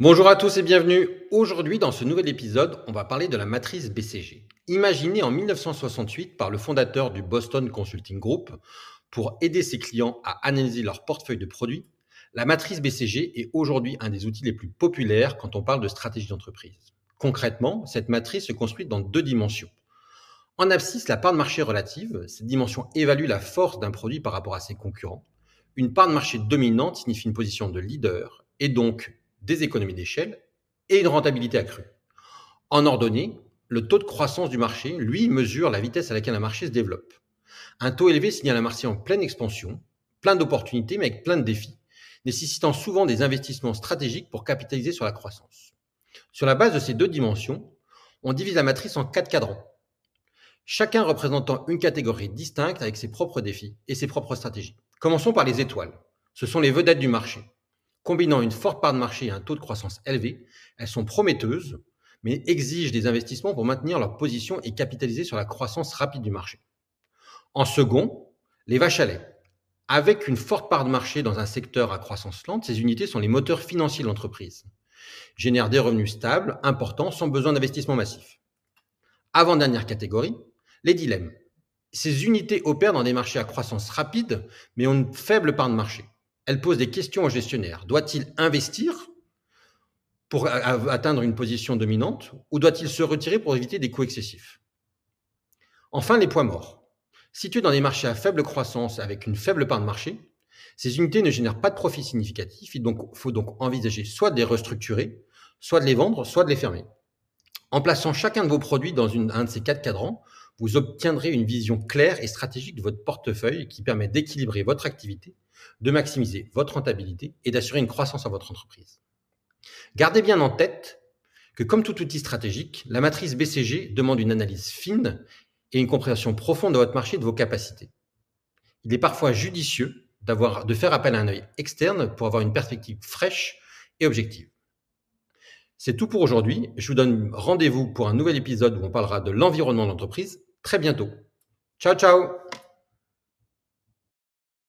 Bonjour à tous et bienvenue. Aujourd'hui, dans ce nouvel épisode, on va parler de la matrice BCG. Imaginée en 1968 par le fondateur du Boston Consulting Group pour aider ses clients à analyser leur portefeuille de produits, la matrice BCG est aujourd'hui un des outils les plus populaires quand on parle de stratégie d'entreprise. Concrètement, cette matrice se construit dans deux dimensions. En abscisse, la part de marché relative, cette dimension évalue la force d'un produit par rapport à ses concurrents. Une part de marché dominante signifie une position de leader et donc des économies d'échelle et une rentabilité accrue. En ordonnée, le taux de croissance du marché, lui, mesure la vitesse à laquelle un marché se développe. Un taux élevé signale un marché en pleine expansion, plein d'opportunités mais avec plein de défis, nécessitant souvent des investissements stratégiques pour capitaliser sur la croissance. Sur la base de ces deux dimensions, on divise la matrice en 4 cadrans, chacun représentant une catégorie distincte avec ses propres défis et ses propres stratégies. Commençons par les étoiles. Ce sont les vedettes du marché. Combinant une forte part de marché et un taux de croissance élevé, elles sont prometteuses, mais exigent des investissements pour maintenir leur position et capitaliser sur la croissance rapide du marché. En second, les vaches à lait. Avec une forte part de marché dans un secteur à croissance lente, ces unités sont les moteurs financiers de l'entreprise. Génèrent des revenus stables, importants, sans besoin d'investissement massif. Avant-dernière catégorie, les dilemmes. Ces unités opèrent dans des marchés à croissance rapide, mais ont une faible part de marché. Elles posent des questions aux gestionnaires. Doit-il investir pour atteindre une position dominante ou doit-il se retirer pour éviter des coûts excessifs? Enfin, les points morts. Situées dans des marchés à faible croissance avec une faible part de marché, ces unités ne génèrent pas de profit significatif. Il faut donc envisager soit de les restructurer, soit de les vendre, soit de les fermer. En plaçant chacun de vos produits dans un de ces 4 cadrans, vous obtiendrez une vision claire et stratégique de votre portefeuille qui permet d'équilibrer votre activité, de maximiser votre rentabilité et d'assurer une croissance à votre entreprise. Gardez bien en tête que comme tout outil stratégique, la matrice BCG demande une analyse fine et une compréhension profonde de votre marché et de vos capacités. Il est parfois judicieux de faire appel à un œil externe pour avoir une perspective fraîche et objective. C'est tout pour aujourd'hui. Je vous donne rendez-vous pour un nouvel épisode où on parlera de l'environnement de l'entreprise très bientôt. Ciao, ciao!